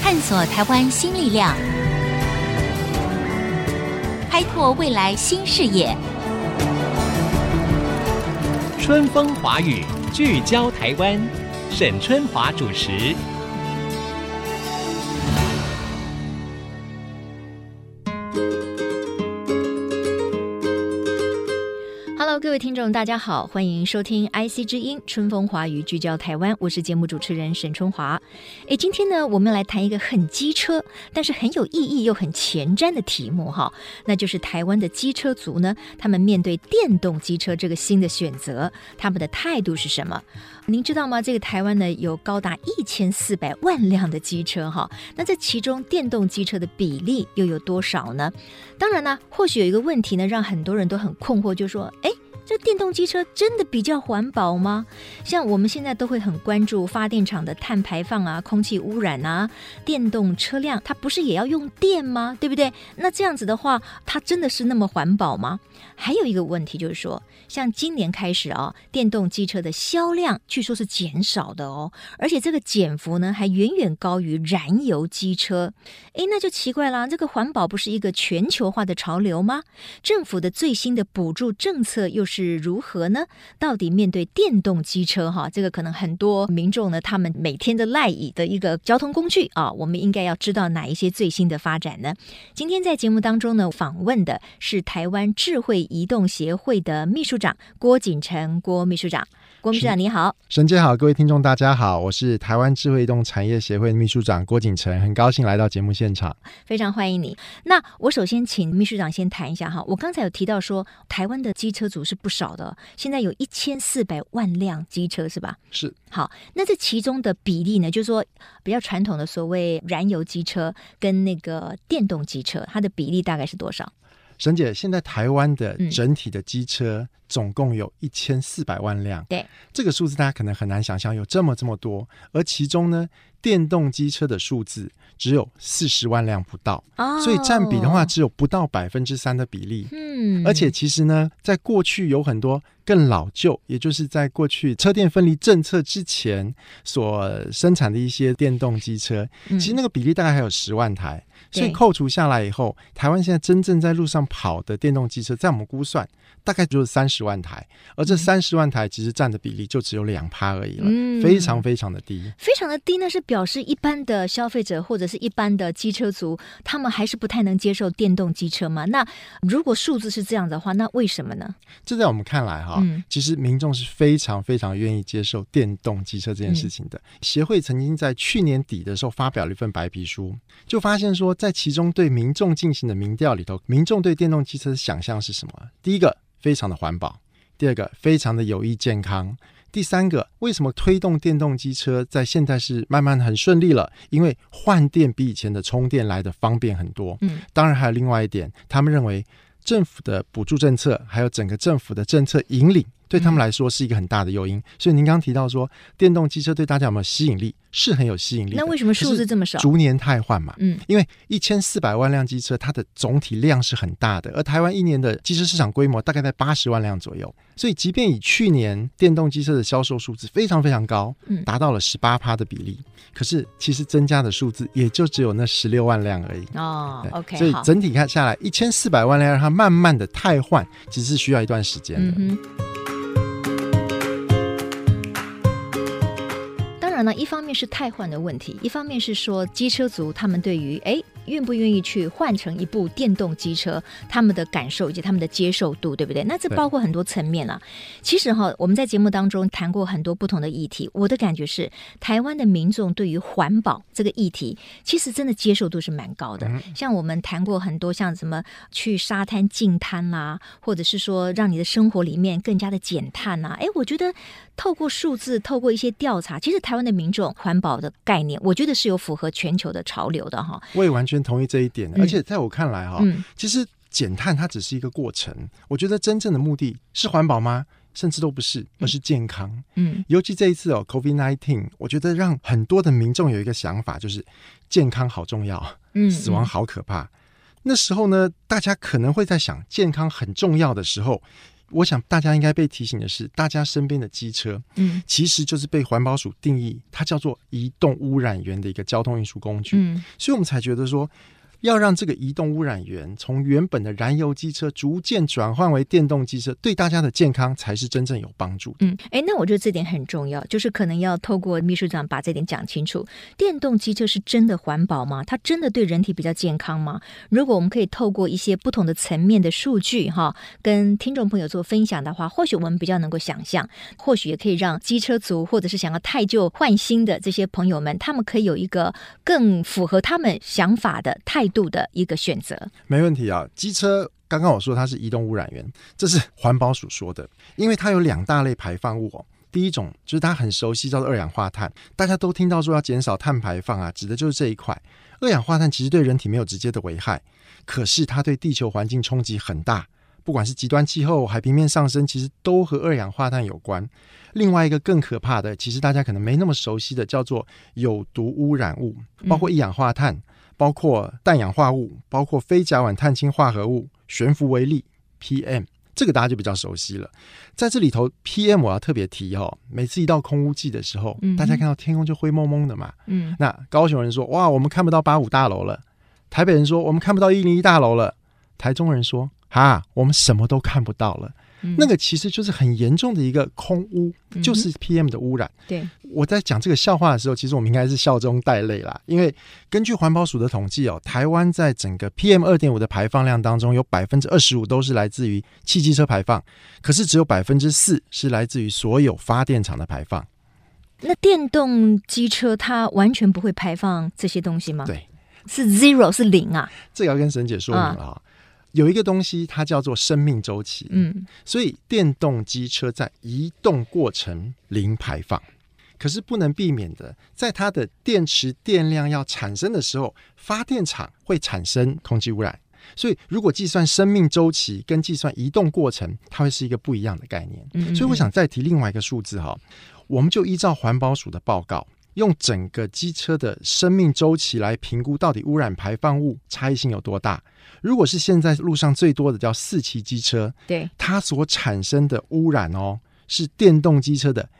探索台湾新力量，开拓未来新视野。 春风华语，聚焦台湾，沈春华主持。 Hello， 各位听众，大家好，欢迎收听 IC 之音春风华语聚焦台湾，我是节目主持人沈春华。今天呢，我们来谈一个很机车，但是很有意义又很前瞻的题目哈，那就是台湾的机车族呢，他们面对电动机车这个新的选择，他们的态度是什么？您知道吗？这个台湾呢有高达1400万辆的机车哈，那这其中电动机车的比例又有多少呢？当然呢，或许有一个问题呢，让很多人都很困惑，就说这电动机车真的比较环保吗？像我们现在都会很关注发电厂的碳排放啊、空气污染啊，电动车辆它不是也要用电吗？对不对？那这样子的话，它真的是那么环保吗？还有一个问题就是说，像今年开始电动机车的销量据说是减少的哦，而且这个减幅呢还远远高于燃油机车。那就奇怪啦，这个环保不是一个全球化的潮流吗？政府的最新的补助政策又是如何呢？到底面对电动机车这个可能很多民众呢，他们每天的赖以的一个交通工具我们应该要知道哪一些最新的发展呢？今天在节目当中呢，访问的是台湾智慧移动协会的秘书长郭锦成，郭秘书长。郭秘书长你好。 沈姐好，各位听众大家好，我是台湾智慧移动产业协会秘书长郭锦成，很高兴来到节目现场。 非常欢迎你。那我首先请秘书长先谈一下我刚才有提到说台湾的机车族是不少的，现在有1400万辆机车是吧？ 是。 好，那这其中的比例呢，就是说比较传统的所谓燃油机车跟那个电动机车，它的比例大概是多少？ 沈姐，现在台湾的整体的机车总共有1400万辆， 对， 这个数字大家可能很难想象有这么多，而其中呢，电动机车的数字只有40万辆不到，所以占比的话只有不到3%的比例。而且其实呢，在过去有很多更老旧，也就是在过去车电分离政策之前所生产的一些电动机车，其实那个比例大概还有10万台，所以扣除下来以后，台湾现在真正在路上跑的电动机车，在我们估算大概就是30万台，而这30万台其实占的比例就只有2%而已了，非常非常的低， 非常的低。那是表示一般的消费者或者是一般的机车族，他们还是不太能接受电动机车吗？那如果数字是这样的话，那为什么呢？ 这在我们看来其实民众是非常非常愿意接受电动机车这件事情的。协会曾经在去年底的时候发表了一份白皮书，就发现说在其中对民众进行的民调里头，民众对电动机车的想象是什么？第一个，非常的环保；第二个，非常的有益健康；第三个，为什么推动电动机车在现在是慢慢很顺利了？因为换电比以前的充电来的方便很多。当然还有另外一点，他们认为政府的补助政策还有整个政府的政策引领对他们来说是一个很大的诱因。所以您刚刚提到说电动机车对大家有没有吸引力，是很有吸引力的。 那为什么数字这么少？ 逐年汰换嘛。因为1400万辆机车它的总体量是很大的，而台湾一年的机车市场规模大概在80万辆左右，所以即便以去年电动机车的销售数字非常非常高，达到了18%的比例，可是其实增加的数字也就只有那16万辆而已。 OK， 所以整体看下来1400万辆让它慢慢的汰换，其实是需要一段时间的。 当然呢，一方面是汰换的问题，一方面是说机车族他们对于愿不愿意去换成一部电动机车，他们的感受以及他们的接受度，对不对？那这包括很多层面啊。其实我们在节目当中谈过很多不同的议题，我的感觉是台湾的民众对于环保这个议题其实真的接受度是蛮高的。像我们谈过很多像什么去沙滩净滩啦，或者是说让你的生活里面更加的减碳啊。我觉得透过数字，透过一些调查，其实台湾的民众环保的概念我觉得是有符合全球的潮流的我也完全同意这一点。而且在我看来其实减碳它只是一个过程，我觉得真正的目的是环保吗？甚至都不是，而是健康。尤其这一次COVID-19， 我觉得让很多的民众有一个想法，就是健康好重要，死亡好可怕。那时候呢，大家可能会在想健康很重要的时候， 我想大家应该被提醒的是，大家身边的机车其实就是被环保署定义它叫做移动污染源的一个交通运输工具，所以我们才觉得说要让这个移动污染源从原本的燃油机车逐渐转换为电动机车，对大家的健康才是真正有帮助的。 那我觉得这点很重要，就是可能要透过秘书长把这点讲清楚。电动机车是真的环保吗？它真的对人体比较健康吗？如果我们可以透过一些不同的层面的数据跟听众朋友做分享的话，或许我们比较能够想象，或许也可以让机车族或者是想要汰旧换新的这些朋友们，他们可以有一个更符合他们想法的态度的一个选择。 没问题啊，机车刚刚我说它是移动污染源，这是环保署说的，因为它有2大类排放物第一种就是大家很熟悉叫做二氧化碳，大家都听到说要减少碳排放啊，指的就是这一块。二氧化碳其实对人体没有直接的危害，可是它对地球环境冲击很大，不管是极端气候、海平面上升，其实都和二氧化碳有关。另外一个更可怕的，其实大家可能没那么熟悉的，叫做有毒污染物，包括一氧化碳，包括氮氧化物，包括非甲烷碳氢化合物、悬浮微粒 PM， 这个大家就比较熟悉了。在这里头 PM 我要特别提每次一到空污季的时候，大家看到天空就灰蒙蒙的嘛，那高雄人说哇我们看不到85大楼了，台北人说我们看不到101大楼了，台中人说我们什么都看不到了。那个其实就是很严重的一个空污，就是 PM 的污染。对，我在讲这个笑话的时候，其实我们应该是笑中带泪啦，因为根据环保署的统计台湾在整个 PM2.5 的排放量当中，有 25% 都是来自于汽机车排放，可是只有 4% 是来自于所有发电厂的排放。 那电动机车它完全不会排放这些东西吗？ 对， 是 0， 是0啊。 这个要跟沈姐说明了有一个东西它叫做生命周期，所以电动机车在移动过程零排放，可是不能避免的，在它的电池电量要产生的时候，发电厂会产生空气污染，所以如果计算生命周期跟计算移动过程，它会是一个不一样的概念。所以我想再提另外一个数字我们就依照环保署的报告，用整个机车的生命周期来评估到底污染排放物差异性有多大。如果是现在路上最多的叫4期机车，对，它所产生的污染是电动机车的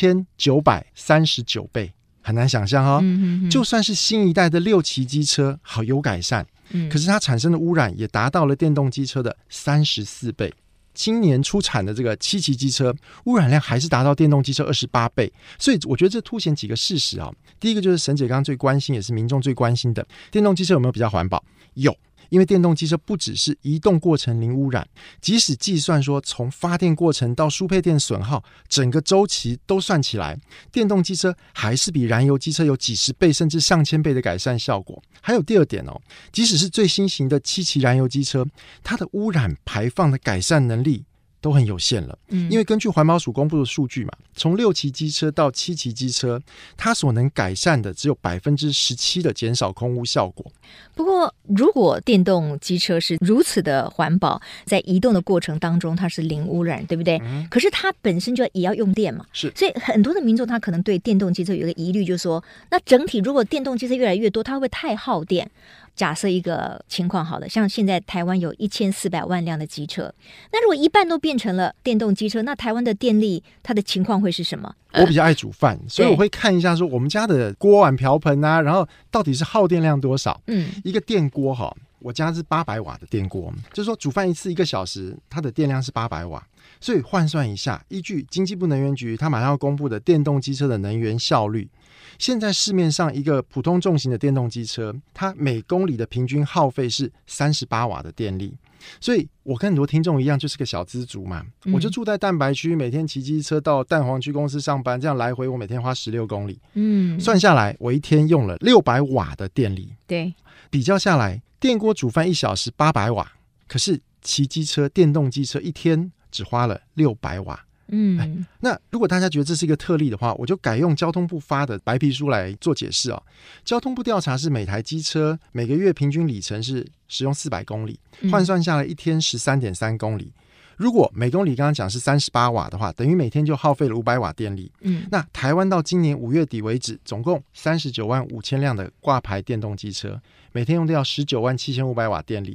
1939倍，很难想象就算是新一代的6期机车好有改善，可是它产生的污染也达到了电动机车的34倍。今年出产的这个7期机车污染量还是达到电动机车28倍，所以我觉得这凸显几个事实第一个就是沈姐刚刚最关心，也是民众最关心的，电动机车有没有比较环保？有，因为电动机车不只是移动过程零污染，即使计算说从发电过程到输配电损耗整个周期都算起来，电动机车还是比燃油机车有几十倍甚至上千倍的改善效果。还有第二点即使是最新型的7期燃油机车，它的污染排放的改善能力都很有限了，因为根据环保署公布的数据嘛，从6期机车到7期机车，它所能改善的只有 17% 的减少空污效果。 不过如果电动机车是如此的环保，在移动的过程当中它是零污染，对不对？可是它本身就也要用电嘛，是，所以很多的民众他可能对电动机车有一个疑虑，就是说那整体如果电动机车越来越多，它会不会太耗电？假设一个情况好了，像现在台湾有1400万辆的机车，那如果一半都变成了电动机车，那台湾的电力它的情况会是什么？ 我比较爱煮饭，所以我会看一下说我们家的锅碗瓢盆啊，然后到底是耗电量多少。一个电锅我家是800瓦的电锅，就是说煮饭一次1个小时，它的电量是800瓦。所以换算一下，依据经济部能源局它马上要公布的电动机车的能源效率，现在市面上一个普通重型的电动机车，它每公里的平均耗费是38瓦的电力。所以我跟很多听众一样，就是个小资族嘛，我就住在蛋白区，每天骑机车到蛋黄区公司上班，这样来回我每天花16公里，算下来我一天用了600瓦的电力。对，比较下来，电锅煮饭1小时800瓦，可是骑机车电动机车一天只花了600瓦。那如果大家觉得这是一个特例的话，我就改用交通部发的白皮书来做解释交通部调查是每台机车每个月平均里程是使用400公里，换算下来一天 13.3 公里。如果每公里刚刚讲是38瓦的话，等于每天就耗费了500瓦电力。那台湾到今年5月底为止，总共39万5千辆的挂牌电动机车，每天用掉19万7500瓦电力。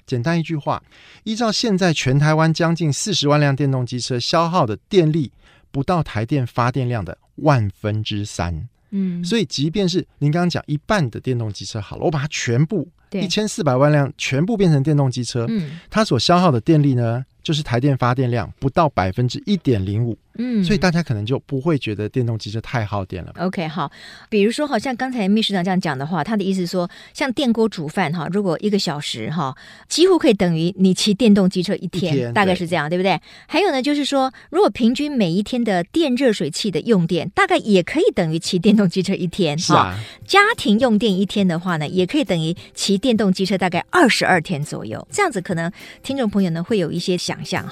简单一句话，依照现在全台湾将近40万辆电动机车消耗的电力，不到台电发电量的3%。所以即便是您刚刚讲一半的电动机车好了，我把它全部1400万辆全部变成电动机车，它所消耗的电力呢，就是台电发电量不到 1.05%。所以大家可能就不会觉得电动机车太耗电了。 OK， 好，比如说好像刚才秘书长这样讲的话，他的意思是说像电锅煮饭如果1个小时几乎可以等于你骑电动机车一天，大概是这样， 对不对？还有呢就是说，如果平均每一天的电热水器的用电大概也可以等于骑电动机车一天， 是啊， 家庭用电一天的话呢，也可以等于骑电动机车大概22天左右。这样子可能听众朋友呢会有一些想象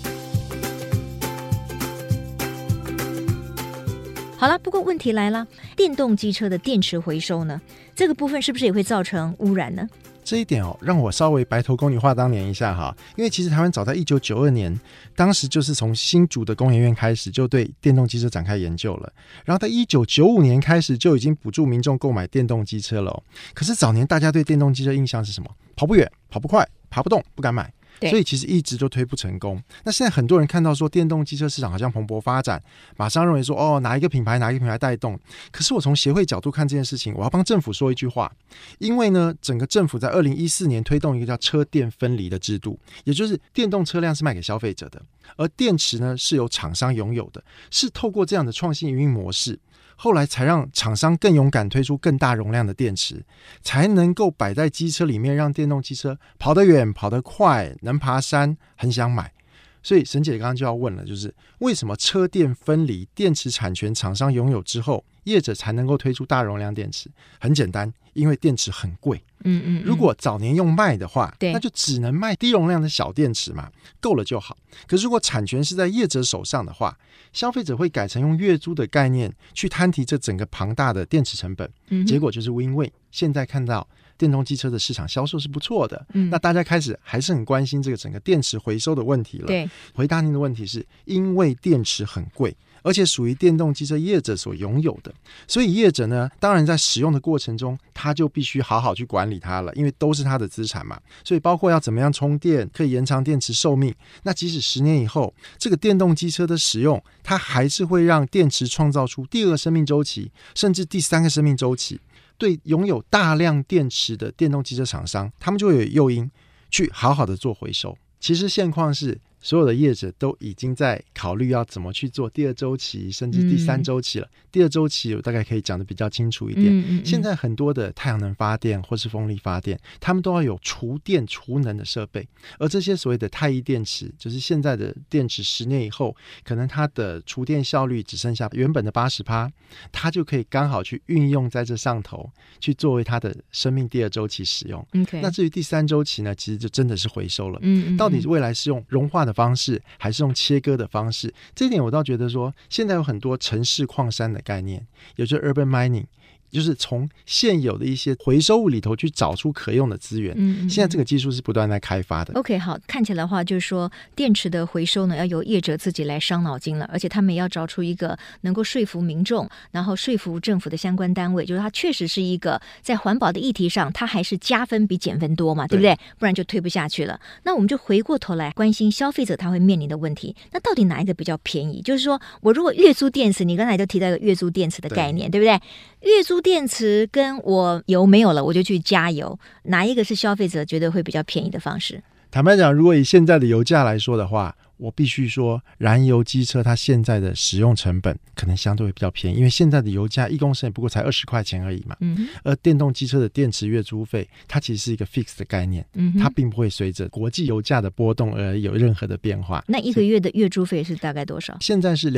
好了，不过问题来了，电动机车的电池回收呢，这个部分是不是也会造成污染呢？ 这一点让我稍微白头宫女话当年一下哈，因为其实台湾早在1992年，当时就是从新竹的工研院开始就对电动机车展开研究了，然后在1995年开始就已经补助民众购买电动机车了。可是早年大家对电动机车印象是什么？跑不远，跑不快，爬不动，不敢买。所以其实一直就推不成功。那现在很多人看到说电动机车市场好像蓬勃发展，马上认为说哪一个品牌带动。可是我从协会角度看这件事情，我要帮政府说一句话，因为呢整个政府在2014年推动一个叫车电分离的制度，也就是电动车辆是卖给消费者的，而电池呢是由厂商拥有的，是透过这样的创新营运模式，后来才让厂商更勇敢推出更大容量的电池，才能够摆在机车里面，让电动机车跑得远跑得快，能爬山，很想买。所以沈姐刚刚就要问了，就是为什么车电分离，电池产权厂商拥有之后，业者才能够推出大容量电池？很简单，因为电池很贵。如果早年用卖的话，那就只能卖低容量的小电池嘛，够了就好。可是如果产权是在业者手上的话，消费者会改成用月租的概念去摊提这整个庞大的电池成本，结果就是 win-win。现在看到电动机车的市场销售是不错的，那大家开始还是很关心这个整个电池回收的问题了。对，回答您的问题是因为电池很贵，而且属于电动机车业者所拥有的，所以业者呢，当然在使用的过程中，他就必须好好去管理它了，因为都是他的资产嘛。所以包括要怎么样充电，可以延长电池寿命。那即使10年以后，这个电动机车的使用，它还是会让电池创造出第2个生命周期，甚至第3个生命周期。对拥有大量电池的电动机车厂商，他们就会有诱因去好好的做回收。其实现况是所有的业者都已经在考虑要怎么去做第2周期甚至第3周期了。第2周期我大概可以讲得比较清楚一点。现在很多的太阳能发电或是风力发电，他们都要有储电储能的设备，而这些所谓的太液电池，就是现在的电池10年以后可能它的储电效率只剩下原本的 80%， 它就可以刚好去运用在这上头，去作为它的生命第2周期使用。那至于第3周期呢，其实就真的是回收了。到底未来是用融化的方式还是用切割的方式，这一点我倒觉得说现在有很多城市矿山的概念，也就是 urban mining， 就是从现有的一些回收物里头去找出可用的资源。现在这个技术是不断在开发的。 OK， 好，看起来的话就是说电池的回收呢要由业者自己来伤脑筋了，而且他们也要找出一个能够说服民众，然后说服政府的相关单位，就是它确实是一个在环保的议题上它还是加分比减分多嘛， 对不对？不然就推不下去了。那我们就回过头来关心消费者他会面临的问题，那到底哪一个比较便宜？就是说我如果月租电池，你刚才就提到一个月租电池的概念， 对不对？月租电池跟我油没有了我就去加油，哪一个是消费者觉得会比较便宜的方式？ 坦白讲，如果以现在的油价来说的话，我必须说燃油机车它现在的使用成本可能相对会比较便宜，因为现在的油价1公升也不过才20块钱而已嘛。而电动机车的电池月租费它其实是一个 fix 的概念，它并不会随着国际油价的波动而有任何的变化。 那1个月的月租费是大概多少？ 现在是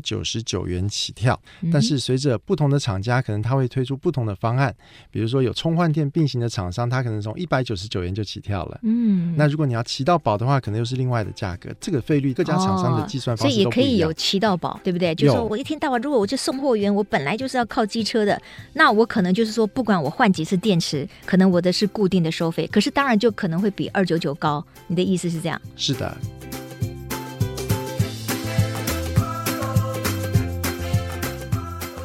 299元起跳，但是随着不同的厂家可能它会推出不同的方案，比如说有充换电并行的厂商，它可能从199元就起跳了。那如果你要骑到饱的话，可能又是另外的价格。这个费率各家厂商的计算方式都不一样。所以也可以有骑到饱，对不对？就是说我一天到晚，如果我就送货员，我本来就是要靠机车的，那我可能就是说不管我换几次电池，可能我的是固定的收费，可是当然就可能会比299高。你的意思是这样？ 是的。 那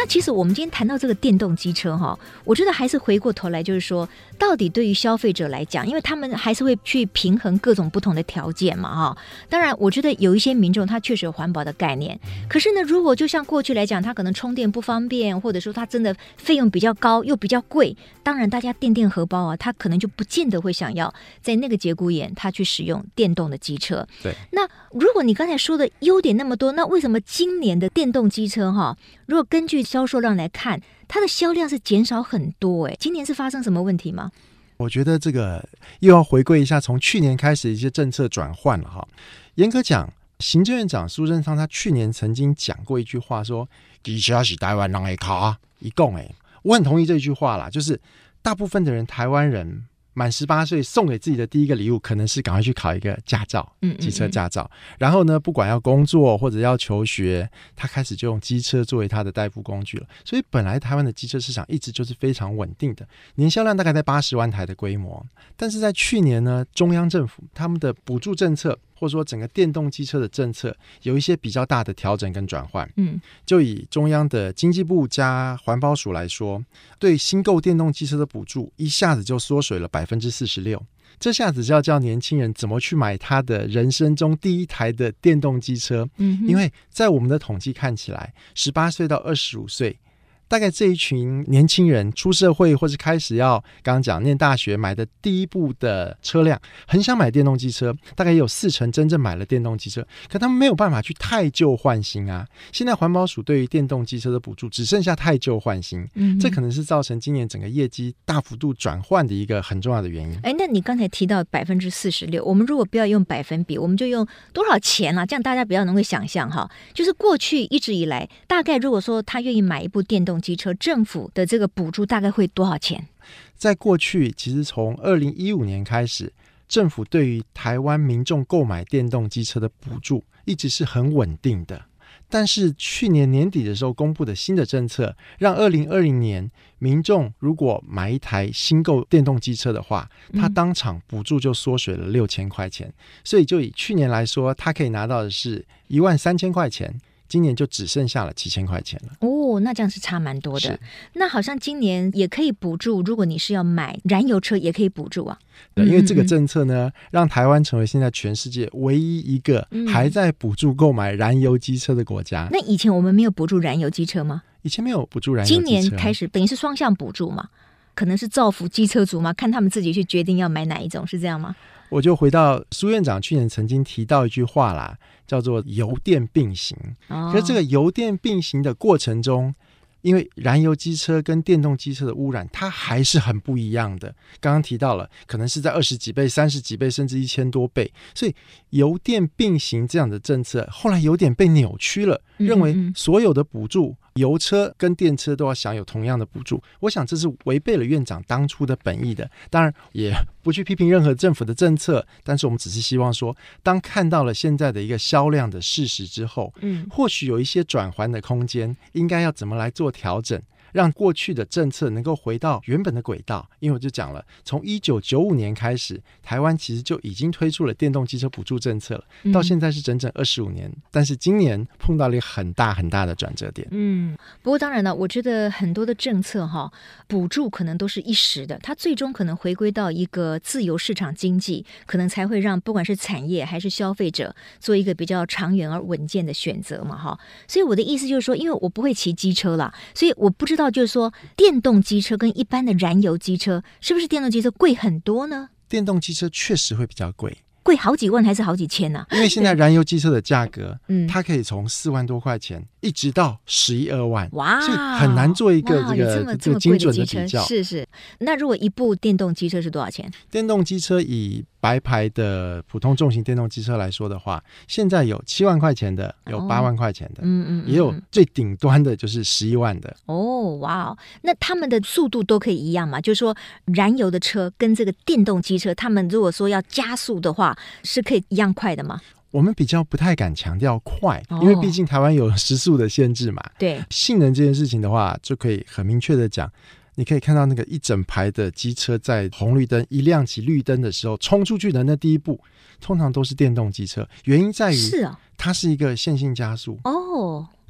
那其实我们今天谈到这个电动机车哈，我觉得还是回过头来就是说，到底对于消费者来讲，因为他们还是会去平衡各种不同的条件嘛哈。当然我觉得有一些民众他确实有环保的概念，可是呢如果就像过去来讲，他可能充电不方便，或者说他真的费用比较高又比较贵，当然大家垫荷包啊，他可能就不见得会想要在那个节骨眼他去使用电动的机车。 对， 那如果你刚才说的优点那么多，那为什么今年的电动机车哈，如果根据销售量来看，它的销量是减少很多今年是发生什么问题吗？ 我觉得这个又要回归一下从去年开始一些政策转换了哈。严格讲，行政院长苏贞昌他去年曾经讲过一句话说，机车是台湾人的卡，一共我很同意这句话啦，就是大部分的人，台湾人满18岁送给自己的第一个礼物可能是赶快去考一个驾照，机车驾照。然后呢，不管要工作或者要求学，他开始就用机车作为他的代步工具了。所以本来台湾的机车市场一直就是非常稳定的，年销量大概在80万台的规模。但是在去年呢，中央政府他们的补助政策或者说整个电动机车的政策有一些比较大的调整跟转换。就以中央的经济部加环保署来说，对新购电动机车的补助一下子就缩水了46%。这下子就要叫年轻人怎么去买他的人生中第一台的电动机车。因为在我们的统计看起来，18岁到25岁大概这一群年轻人出社会或是开始要刚刚讲念大学买的第一部的车辆，很想买电动机车，大概也有40%真正买了电动机车，可他们没有办法去汰旧换新啊。现在环保署对于电动机车的补助只剩下汰旧换新，这可能是造成今年整个业绩大幅度转换的一个很重要的原因。 那你刚才提到46%，我们如果不要用百分比，我们就用多少钱啊，这样大家比较能够想象哈。就是过去一直以来，大概如果说他愿意买一部电动机车，政府的这个补助大概会多少钱？ 在过去其实从2015年开始，政府对于台湾民众购买电动机车的补助一直是很稳定的。但是去年年底的时候公布的新的政策，让2020年民众如果买一台新购电动机车的话，他当场补助就缩水了6000块钱。所以就以去年来说，他可以拿到的是13000块钱，今年就只剩下了7000块钱了。 那这样是差蛮多的。那好像今年也可以补助，如果你是要买燃油车也可以补助啊。 对，因为这个政策呢，让台湾成为现在全世界唯一一个还在补助购买燃油机车的国家。 那以前我们没有补助燃油机车吗？ 以前没有补助燃油机车， 今年开始等于是双向补助嘛，可能是造福机车族嘛，看他们自己去决定要买哪一种，是这样吗？ 我就回到苏院长去年曾经提到一句话啦，叫做油电并行。可是这个油电并行的过程中，因为燃油机车跟电动机车的污染它还是很不一样的，刚刚提到了可能是在20几倍、30几倍甚至1000多倍，所以油电并行这样的政策后来有点被扭曲了，认为所有的补助油车跟电车都要享有同样的补助。我想这是违背了院长当初的本意的，当然也不去批评任何政府的政策，但是我们只是希望说，当看到了现在的一个销量的事实之后，或许有一些转圜的空间，应该要怎么来做调整，让过去的政策能够回到原本的轨道。因为我就讲了，从1995年开始，台湾其实就已经推出了电动机车补助政策了，到现在是整整25年，但是今年碰到了一个很大很大的转折点。 不过当然了，我觉得很多的政策补助可能都是一时的，它最终可能回归到一个自由市场经济，可能才会让不管是产业还是消费者做一个比较长远而稳健的选择嘛。所以我的意思就是说，因为我不会骑机车啦，所以我不知道就是说电动机车跟一般的燃油机车是不是电动机车贵很多呢？ 电动机车确实会比较贵， 贵好几万还是好几千啊？ 因为现在燃油机车的价格它可以从4万多块钱一直到11、2万， 哇， 所以很难做一个这个精准的比较。 是。那如果一部电动机车是多少钱？ 电动机车以白牌的普通重型电动机车来说的话，现在有7万块钱的，有8万块钱的，也有最顶端的就是11万的。 哇，那他们的速度都可以一样吗？就是说燃油的车跟这个电动机车，他们如果说要加速的话，是可以一样快的吗？ 我们比较不太敢强调快，因为毕竟台湾有时速的限制嘛。 对， 性能这件事情的话，就可以很明确的讲，你可以看到那个一整排的机车在红绿灯一亮起绿灯的时候冲出去的那第一步，通常都是电动机车。原因在于它是一个线性加速，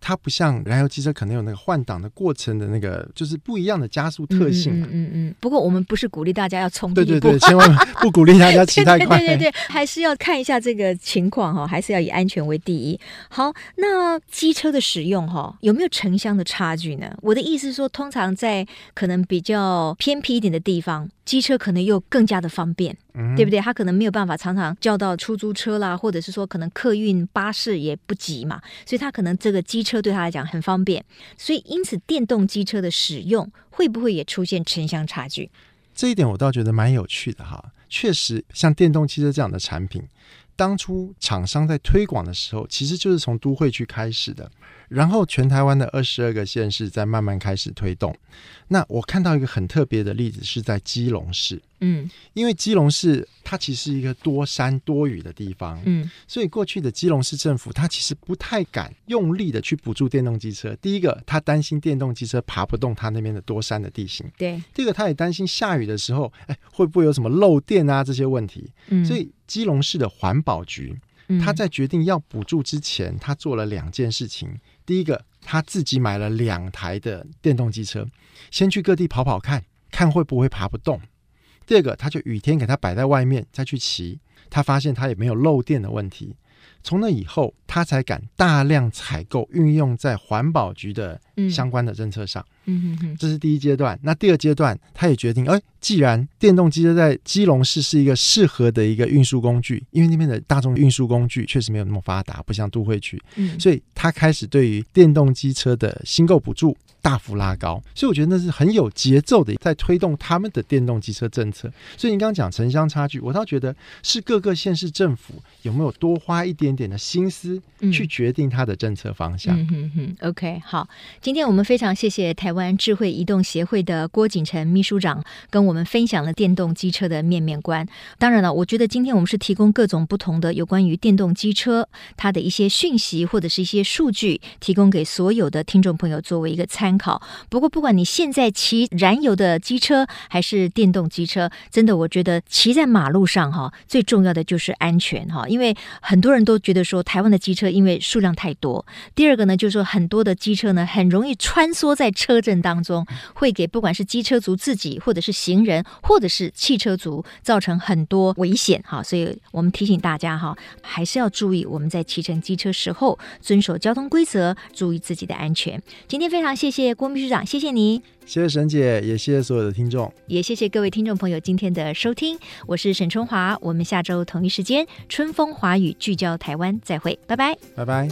它不像燃油机车可能有那个换挡的过程的那个就是不一样的加速特性。 不过我们不是鼓励大家要冲第一步， 对，千万不鼓励大家骑太快。 对，还是要看一下这个情况还是要以安全为第一。好，那机车的使用有没有城乡的差距呢？我的意思是说，通常在可能比较偏僻一点的地方，机车可能又更加的方便，对不对？他可能没有办法常常叫到出租车啦，或者是说可能客运巴士也不急嘛，所以他可能这个机车对他来讲很方便，所以因此电动机车的使用会不会也出现城乡差距？ 这一点我倒觉得蛮有趣的哈。确实像电动汽车这样的产品，当初厂商在推广的时候其实就是从都会区开始的，然后全台湾的22个县市在慢慢开始推动。那我看到一个很特别的例子是在基隆市，因为基隆市它其实是一个多山多雨的地方，所以过去的基隆市政府它其实不太敢用力的去补助电动机车。第一个，他担心电动机车爬不动它那边的多山的地形， 对。 第二个，他也担心下雨的时候会不会有什么漏电啊这些问题，所以基隆市的环保局他在决定要补助之前，他做了2件事情。第一个，他自己买了2台的电动机车，先去各地跑跑看会不会爬不动。第二个，他就雨天给他摆在外面再去骑，他发现他也没有漏电的问题。从那以后，他才敢大量采购运用在环保局的相关的政策上。这是第一阶段。那第二阶段，他也决定既然电动机车在基隆市是一个适合的一个运输工具，因为那边的大众运输工具确实没有那么发达，不像都会区，所以他开始对于电动机车的新购补助大幅拉高。所以我觉得那是很有节奏的在推动他们的电动机车政策。所以你刚刚讲城乡差距，我倒觉得是各个县市政府有没有多花一点点的心思去决定它的政策方向。 OK， 好，今天我们非常谢谢台湾智慧移动协会的郭景成秘书长跟我们分享了电动机车的面面观。当然了，我觉得今天我们是提供各种不同的有关于电动机车它的一些讯息或者是一些数据，提供给所有的听众朋友作为一个参考。不过不管你现在骑燃油的机车还是电动机车，真的我觉得骑在马路上最重要的就是安全，因为很多人都觉得说台湾的机车因为数量太多，第二个呢就是说很多的机车呢很容易穿梭在车阵当中，会给不管是机车族自己或者是行人或者是汽车族造成很多危险，所以我们提醒大家还是要注意我们在骑乘机车时候遵守交通规则，注意自己的安全。今天非常谢谢郭秘书长，谢谢你。 谢谢沈姐，也谢谢所有的听众， 也谢谢各位听众朋友今天的收听。我是沈春华，我们下周同一时间春风华语聚焦台湾再会，拜拜， 拜拜。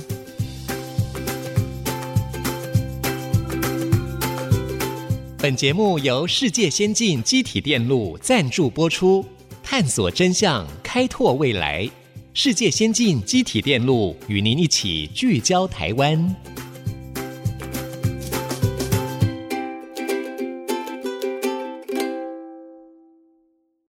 本节目由世界先进机体电路赞助播出，探索真相，开拓未来。世界先进机体电路与您一起聚焦台湾。